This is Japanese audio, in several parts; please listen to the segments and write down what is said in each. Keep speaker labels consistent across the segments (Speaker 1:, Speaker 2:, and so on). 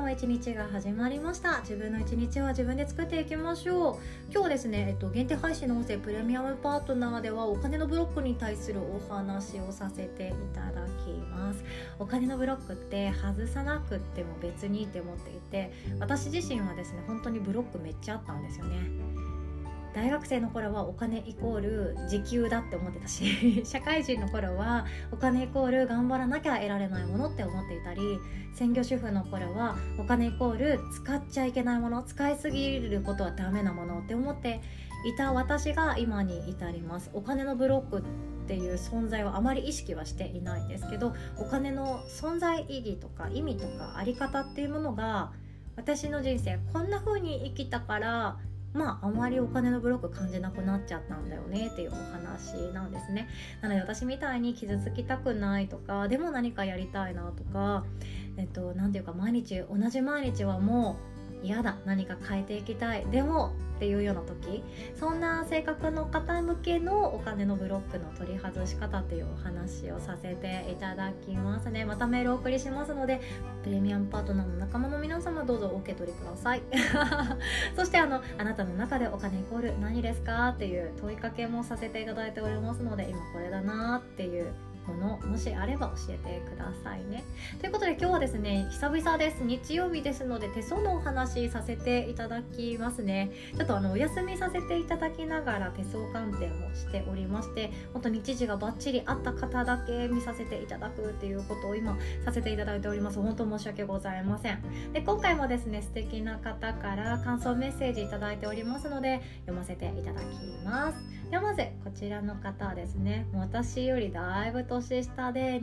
Speaker 1: の一日が始まりました。自分の一日は自分で作っていきましょう。今日はですね、限定配信の音声プレミアムパートナーではお金のブロックに対するお話をさせていただきます。お金のブロックって外さなくっても別にって思っていて、私自身はですね、本当にブロックめっちゃあったんですよね。大学生の頃はお金イコール時給だって思ってたし、社会人の頃はお金イコール頑張らなきゃ得られないものって思っていたり、専業主婦の頃はお金イコール使っちゃいけないもの、使いすぎることはダメなものって思っていた私が今に至ります。お金のブロックっていう存在はあまり意識はしていないんですけど、お金の存在意義とか意味とかあり方っていうものが、私の人生こんな風に生きたからあまりお金のブロック感じなくなっちゃったんだよねっていうお話なんですね。なので私みたいに傷つきたくないとか、でも何かやりたいなとか、なんていうか同じ毎日はもう嫌だ、何か変えていきたい、でもっていうような時、そんな性格の方向けのお金のブロックの取り外し方っていうお話をさせていただきますね。またメールをお送りしますので、プレミアムパートナーの仲間の皆様どうぞお受け取りください。そしてあなたの中でお金イコール何ですかっていう問いかけもさせていただいておりますので、今これだなっていうものもしあれば教えてくださいね。ということで今日はですね、久々です。日曜日ですので手相のお話させていただきますね。ちょっとお休みさせていただきながら手相鑑定もしておりまして、本当日時がバッチリあった方だけ見させていただくっていうことを今させていただいております。本当申し訳ございません。で、今回もですね、素敵な方から感想メッセージいただいておりますので読ませていただきます。ではまずこちらの方ですね、私よりだいぶ年下で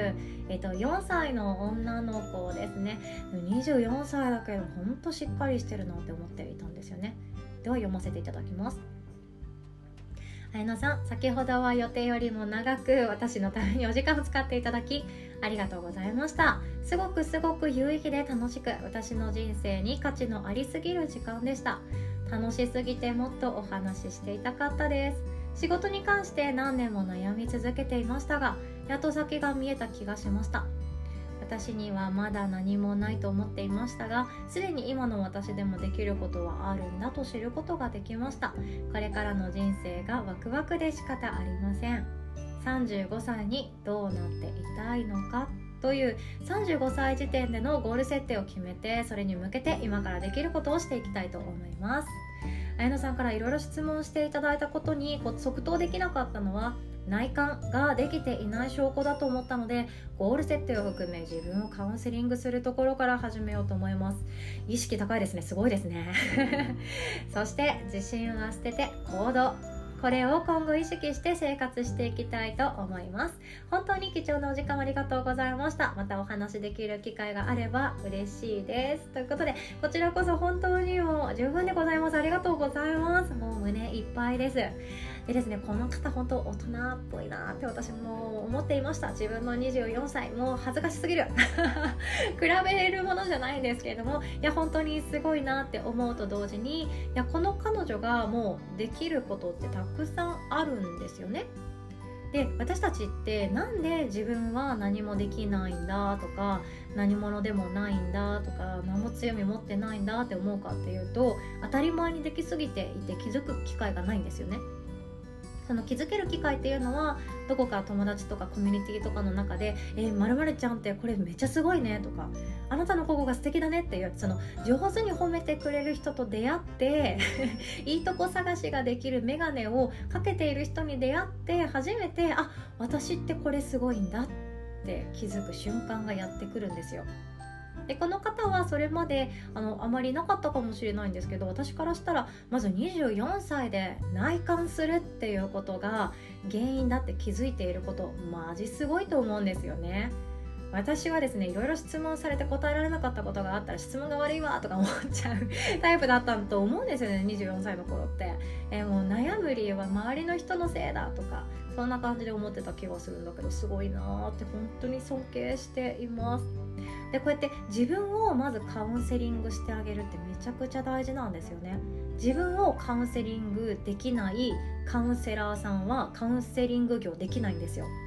Speaker 1: 24歳の女の子ですね。24歳だけどほんとしっかりしてるなって思っていたんですよね。では読ませていただきます。綾乃さん、先ほどは予定よりも長く私のためにお時間を使っていただきありがとうございました。すごく有意義で楽しく、私の人生に価値のありすぎる時間でした。楽しすぎてもっとお話ししていたかったです。仕事に関して何年も悩み続けていましたが、やっと先が見えた気がしました。私にはまだ何もないと思っていましたが、すでに今の私でもできることはあるんだと知ることができました。これからの人生がワクワクで仕方ありません。35歳にどうなっていたいのかという35歳時点でのゴール設定を決めて、それに向けて今からできることをしていきたいと思います。綾乃さんからいろいろ質問していただいたことに即答できなかったのは、内観ができていない証拠だと思ったので、ゴール設定を含め自分をカウンセリングするところから始めようと思います。意識高いですね。すごいですね。そして自信は捨てて行動、これを今後意識して生活していきたいと思います。本当に貴重なお時間ありがとうございました。またお話できる機会があれば嬉しいです。ということで、こちらこそ本当にもう十分でございます。ありがとうございます。もう胸いっぱいです。でですね、この方本当大人っぽいなって私も思っていました。自分の24歳、もう恥ずかしすぎる比べるものじゃないんですけれども、いや本当にすごいなって思うと同時に、いやこの彼女がもうできることってたくさんあるんですよね。で、私たちってなんで自分は何もできないんだとか、何者でもないんだとか、何も強み持ってないんだって思うかっていうと、当たり前にできすぎていて気づく機会がないんですよね。その気づける機会っていうのは、どこか友達とかコミュニティとかの中で〇〇ちゃんってこれめっちゃすごいねとか、あなたのここが素敵だねっていう、その上手に褒めてくれる人と出会っていいとこ探しができるメガネをかけている人に出会って初めて、あ、私ってこれすごいんだって気づく瞬間がやってくるんですよ。で、この方はそれまであまりなかったかもしれないんですけど、私からしたらまず24歳で内観するっていうことが原因だって気づいていること、マジすごいと思うんですよね。私はですね、いろいろ質問されて答えられなかったことがあったら質問が悪いわとか思っちゃうタイプだったと思うんですよね、24歳の頃って。もう悩む理由は周りの人のせいだとか、そんな感じで思ってた気がするんだけど、すごいなーって本当に尊敬しています。で、こうやって自分をまずカウンセリングしてあげるってめちゃくちゃ大事なんですよね。自分をカウンセリングできないカウンセラーさんはカウンセリング業できないんですよ。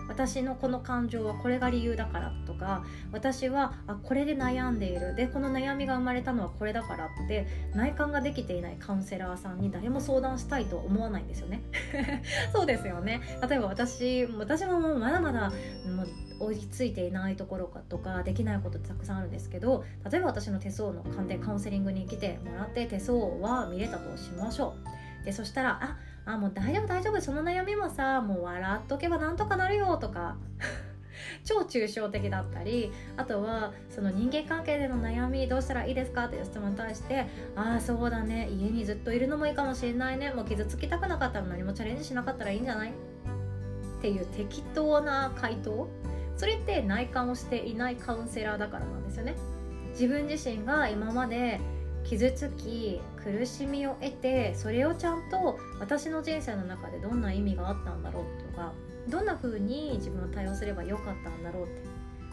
Speaker 1: 私のこの感情はこれが理由だからとか、私はこれで悩んでいる、でこの悩みが生まれたのはこれだからって内観ができていないカウンセラーさんに誰も相談したいと思わないんですよねそうですよね。例えば私ももうまだまだもう追いついていないところとかできないことってたくさんあるんですけど、例えば私の手相の鑑定カウンセリングに来てもらって手相は見れたとしましょう。でそしたらもう大丈夫その悩みもさもう笑っとけばなんとかなるよとか超抽象的だったり、あとはその人間関係での悩みどうしたらいいですかっていう質問に対して、そうだね、家にずっといるのもいいかもしれないね、もう傷つきたくなかったら何もチャレンジしなかったらいいんじゃないっていう適当な回答、それって内観をしていないカウンセラーだからなんですよね。自分自身が今まで傷つき苦しみを得て、それをちゃんと私の人生の中でどんな意味があったんだろうとか、どんな風に自分を対応すればよかったんだろうって、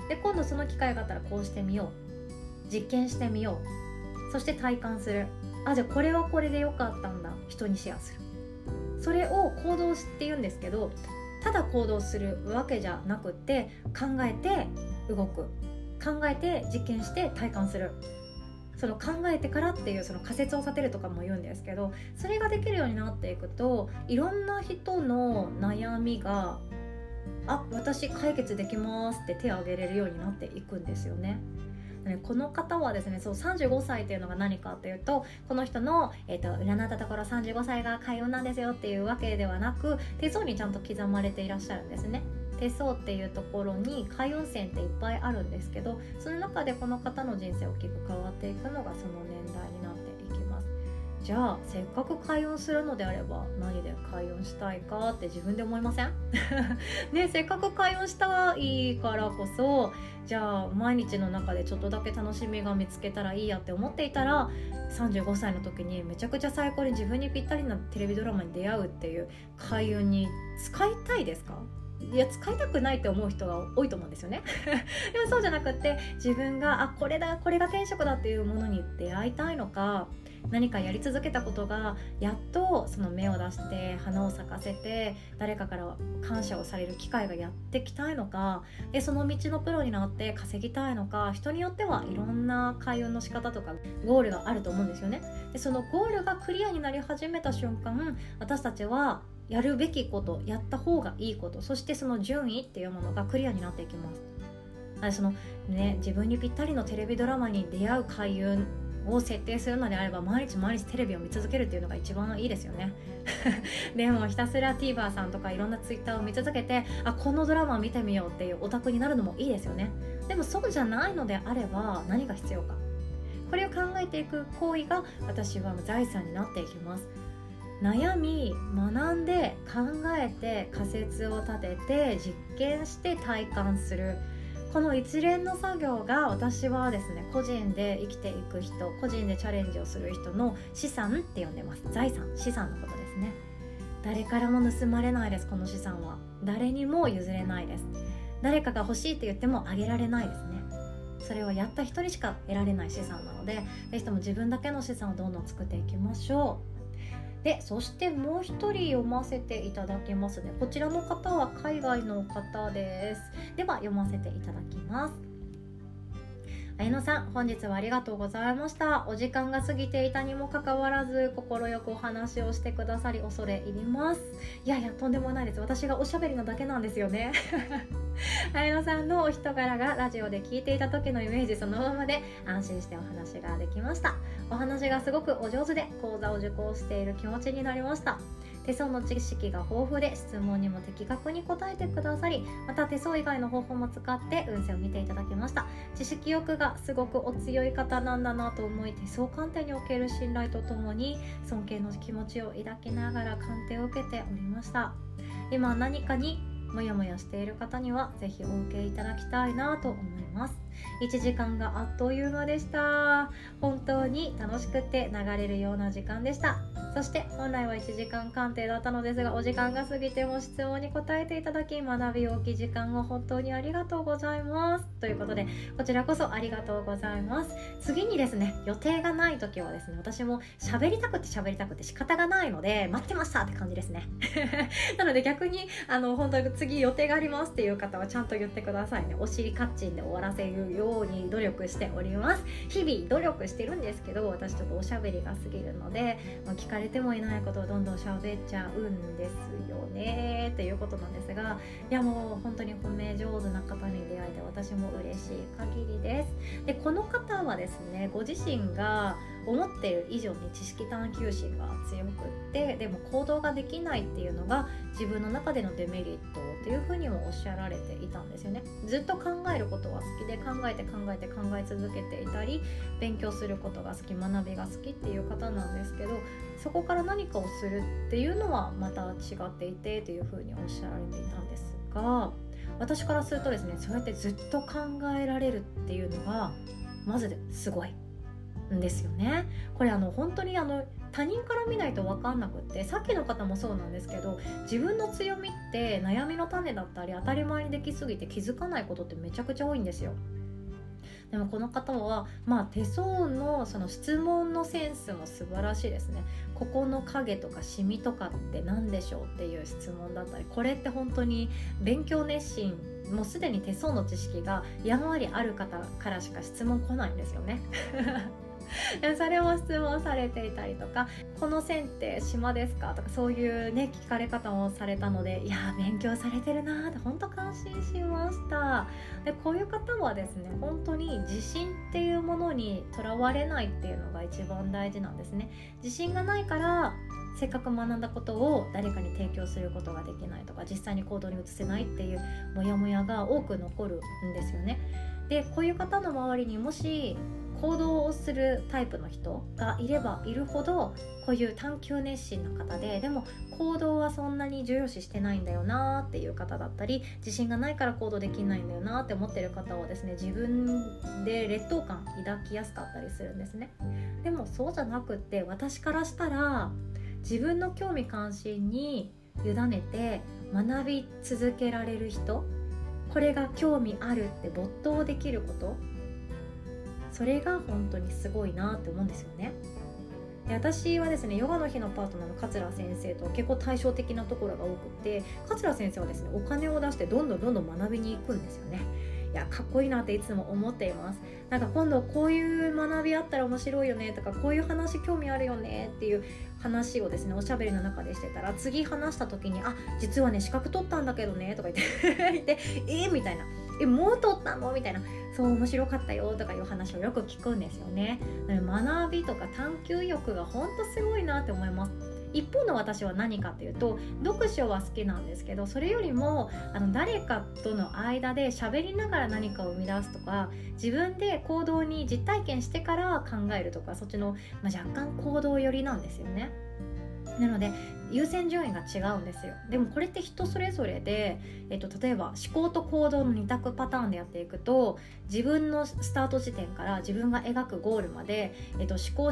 Speaker 1: で今度その機会があったらこうしてみよう、実験してみよう、そして体感する、じゃあこれはこれでよかったんだ、人にシェアする、それを行動って言うんですけど、ただ行動するわけじゃなくって考えて動く、考えて実験して体感する、その考えてからっていうその仮説を立てるとかも言うんですけど、それができるようになっていくと、いろんな人の悩みが私解決できますって手を挙げれるようになっていくんですよね。この方はですね、そう35歳っていうのが何かっていうと、この人の、占ったところ35歳が開運なんですよっていうわけではなく、手相にちゃんと刻まれていらっしゃるんですね。手相っていうところに開運線っていっぱいあるんですけど、その中でこの方の人生大きく変わっていくのがその年代になっていきます。じゃあせっかく開運するのであれば何で開運したいかって自分で思いませんね、せっかく開運したいからこそ、じゃあ毎日の中でちょっとだけ楽しみが見つけたらいいやって思っていたら、35歳の時にめちゃくちゃ最高に自分にぴったりなテレビドラマに出会うっていう開運に使いたいですか？いや、使いたくないって思う人が多いと思うんですよねでもそうじゃなくって、自分がこれが天職だっていうものに出会いたいのか、何かやり続けたことがやっとその芽を出して花を咲かせて誰かから感謝をされる機会がやってきたいのか、でその道のプロになって稼ぎたいのか、人によってはいろんな開運の仕方とかゴールがあると思うんですよね。でそのゴールがクリアになり始めた瞬間、私たちはやるべきこと、やった方がいいこと、そしてその順位っていうものがクリアになっていきます。自分にぴったりのテレビドラマに出会う開運を設定するのであれば、毎日テレビを見続けるっていうのが一番いいですよねでもひたすら TVer さんとかいろんな Twitter を見続けて、このドラマを見てみようっていうオタクになるのもいいですよね。でもそうじゃないのであれば何が必要か、これを考えていく行為が私は財産になっていきます。悩み、学んで、考えて、仮説を立てて、実験して体感する、この一連の作業が私はですね、個人で生きていく人、個人でチャレンジをする人の資産って呼んでます。財産、資産のことですね。誰からも盗まれないです。この資産は誰にも譲れないです。誰かが欲しいって言ってもあげられないですね。それはやった人にしか得られない資産なので、ぜひとも自分だけの資産をどんどん作っていきましょう。でそしてもう一人読ませていただきますね。こちらの方は海外の方です。では読ませていただきます。綾乃さん、本日はありがとうございました。お時間が過ぎていたにもかかわらず心よくお話をしてくださり恐れ入ります。いやとんでもないです。私がおしゃべりなだけなんですよね綾乃さんのお人柄がラジオで聞いていた時のイメージそのままで安心してお話ができました。お話がすごくお上手で講座を受講している気持ちになりました。手相の知識が豊富で質問にも的確に答えてくださり、また手相以外の方法も使って運勢を見ていただきました。知識欲がすごくお強い方なんだなと思い、手相鑑定における信頼とともに尊敬の気持ちを抱きながら鑑定を受けておりました。今何かにもやもやしている方にはぜひお受けいただきたいなと思います。1時間があっという間でした。本当に楽しくて流れるような時間でした。 そして本来は1時間鑑定だったのですが、お時間が過ぎても質問に答えていただき、学び大きい時間を本当にありがとうございますということで、こちらこそありがとうございます。次にですね、予定がない時はですね、私も喋りたくて仕方がないので、待ってましたって感じですねなので逆に本当に次予定がありますっていう方はちゃんと言ってくださいね。お尻カッチンで終わらせるように努力しております。日々努力してるんですけど、私ちょっとおしゃべりが過ぎるので、聞かれてもいないことをどんどん喋っちゃうんですよねということなんですが、いやもう本当に褒め上手な方に出会えて私も嬉しい限りです。でこの方はですね、ご自身が思っている以上に知識探求心が強くって、でも行動ができないっていうのが自分の中でのデメリットというふうにもおっしゃられていたんですよね。ずっと考えることは好きで、考え続けていたり、勉強することが好き、学びが好きっていう方なんですけど、そこから何かをするっていうのはまた違っていてというふうにおっしゃられていたんですが、私からするとですね、そうやってずっと考えられるっていうのがまずすごいんですよね。これ本当に他人から見ないと分かんなくって、さっきの方もそうなんですけど、自分の強みって悩みの種だったり当たり前にできすぎて気づかないことってめちゃくちゃ多いんですよ。でもこの方は、手相のその質問のセンスも素晴らしいですね。ここの影とかシミとかって何でしょうっていう質問だったり、これって本当に勉強熱心、もうすでに手相の知識がやんわりある方からしか質問来ないんですよねそれを質問されていたりとか、この線って島ですかとか、そういうね聞かれ方もされたので、いや勉強されてるなーって本当感心しました。でこういう方はですね、本当に自信っていうものにとらわれないっていうのが一番大事なんですね。自信がないからせっかく学んだことを誰かに提供することができないとか、実際に行動に移せないっていうモヤモヤが多く残るんですよね。でこういう方の周りにもし行動をするタイプの人がいればいるほど、こういう探求熱心な方でも行動はそんなに重要視してないんだよなっていう方だったり、自信がないから行動できないんだよなって思ってる方はですね、自分で劣等感抱きやすかったりするんですね。でもそうじゃなくって、私からしたら自分の興味関心に委ねて学び続けられる人、これが興味あるって没頭できること、それが本当にすごいなって思うんですよね。で私はですね、ヨガの日のパートナーの桂先生と結構対照的なところが多くて、桂先生はですね、お金を出してどんどん学びに行くんですよね。いやかっこいいなっていつも思っています。なんか今度こういう学びあったら面白いよねとか、こういう話興味あるよねっていう話をですね、おしゃべりの中でしてたら、次話した時に実はね資格取ったんだけどねとか言ってみたいな、もう取ったのみたいな、そう面白かったよとかいう話をよく聞くんですよね。学びとか探求欲が本当すごいなって思います。一方の私は何かというと、読書は好きなんですけど、それよりも誰かとの間で喋りながら何かを生み出すとか、自分で行動に実体験してから考えるとか、そっちの、若干行動寄りなんですよね。なので優先順位が違うんですよ。でもこれって人それぞれで、例えば思考と行動の2択パターンでやっていくと、自分のスタート時点から自分が描くゴールまで、思考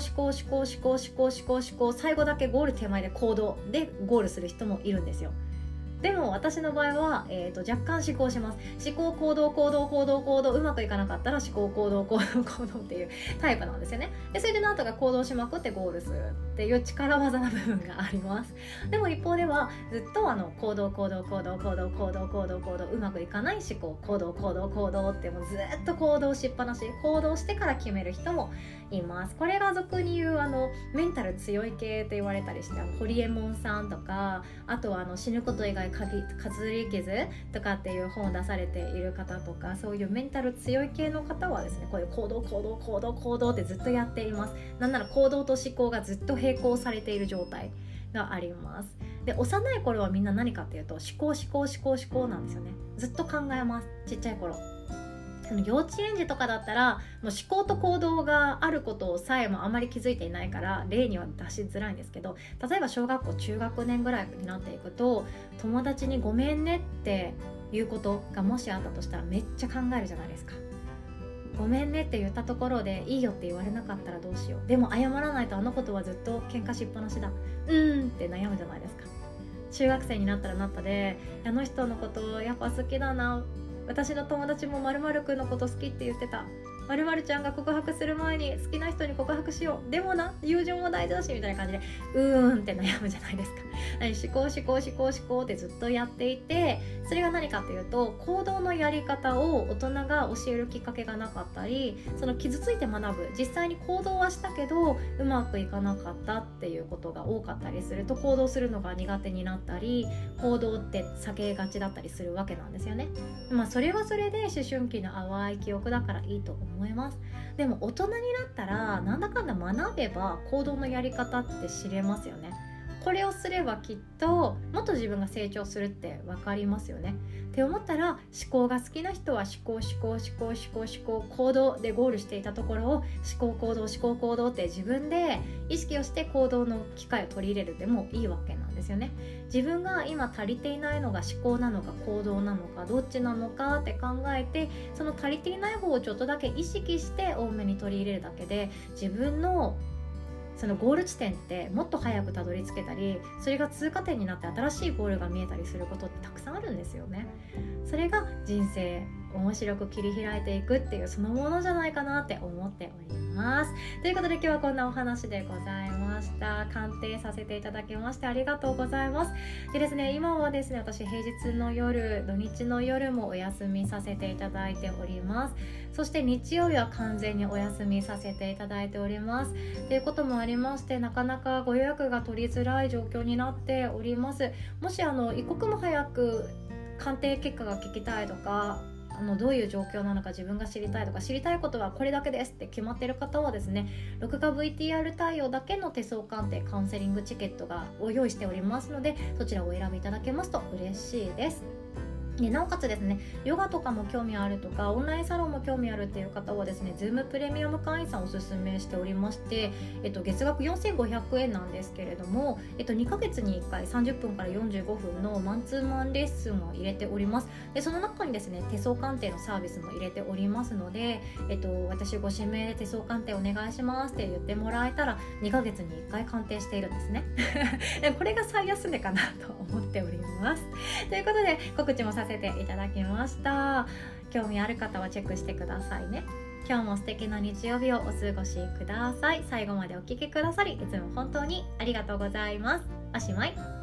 Speaker 1: 最後だけゴール手前で行動でゴールする人もいるんですよ。でも私の場合は、若干思考します。思考行動うまくいかなかったら思考行動っていうタイプなんですよね。でそれでなんとか行動しまくってゴールするっていう力技な部分があります。でも一方ではずっと行動うまくいかない思考行動ってもうずっと行動しっぱなし、行動してから決める人もいます。これが俗に言うメンタル強い系と言われたりして、ホリエモンさんとか、あとは死ぬこと以外かずり傷とかっていう本を出されている方とか、そういうメンタル強い系の方はですね、こういう行動ってずっとやっています。なんなら行動と思考がずっと並行されている状態があります。で幼い頃はみんな何かっていうと思考なんですよね。ずっと考えます。ちっちゃい頃幼稚園児とかだったらもう思考と行動があることさえもあまり気づいていないから例には出しづらいんですけど、例えば小学校中学年ぐらいになっていくと、友達にごめんねっていうことがもしあったとしたらめっちゃ考えるじゃないですか。 ごめんねって言ったところでいいよって言われなかったらどうしよう、でも謝らないとあの子とはずっと喧嘩しっぱなしだ、って悩むじゃないですか。中学生になったらなったで、あの人のことやっぱ好きだな、私の友達も〇〇くんのこと好きって言ってた、〇〇ちゃんが告白する前に好きな人に告白しよう、でもな友情も大事だしみたいな感じでって悩むじゃないですか。思考ってずっとやっていて、それが何かというと行動のやり方を大人が教えるきっかけがなかったり、その傷ついて学ぶ、実際に行動はしたけどうまくいかなかったっていうことが多かったりすると、行動するのが苦手になったり、行動って避けがちだったりするわけなんですよね。それはそれで思春期の淡い記憶だからいいと思います。でも大人になったらなんだかんだ学べば行動のやり方って知れますよね。これをすればきっともっと自分が成長するって分かりますよねって思ったら、思考が好きな人は思考行動でゴールしていたところを思考行動って自分で意識をして行動の機会を取り入れるでもいいわけなんですよね。自分が今足りていないのが思考なのか行動なのかどっちなのかって考えて、その足りていない方をちょっとだけ意識して多めに取り入れるだけで、自分のそのゴール地点ってもっと早くたどり着けたり、それが通過点になって新しいゴールが見えたりすることってたくさんあるんですよね。それが人生面白く切り開いていくっていうそのものじゃないかなって思っております。ということで今日はこんなお話でございました。鑑定させていただきましてありがとうございます。でですね、今はですね、私平日の夜土日の夜もお休みさせていただいております。そして日曜日は完全にお休みさせていただいております。ということもありまして、なかなかご予約が取りづらい状況になっております。もし一刻も早く鑑定結果が聞きたいとか、どういう状況なのか自分が知りたいとか、知りたいことはこれだけですって決まっている方はですね、録画 VTR 対応だけの手相鑑定カウンセリングチケットを用意しておりますので、そちらをお選びいただけますと嬉しいです。でなおかつですね、ヨガとかも興味あるとかオンラインサロンも興味あるっていう方はですね、Zoom プレミアム会員さんおすすめしておりまして、月額4500円なんですけれども、2ヶ月に1回30分から45分のマンツーマンレッスンを入れております。でその中にですね、手相鑑定のサービスも入れておりますので、私ご指名で手相鑑定お願いしますって言ってもらえたら2ヶ月に1回鑑定しているんですねこれが最安値かなと思っております。ということで告知もさせていただきました。興味ある方はチェックしてくださいね。今日も素敵な日曜日をお過ごしください。最後までお聞きくださりいつも本当にありがとうございます。おしまい。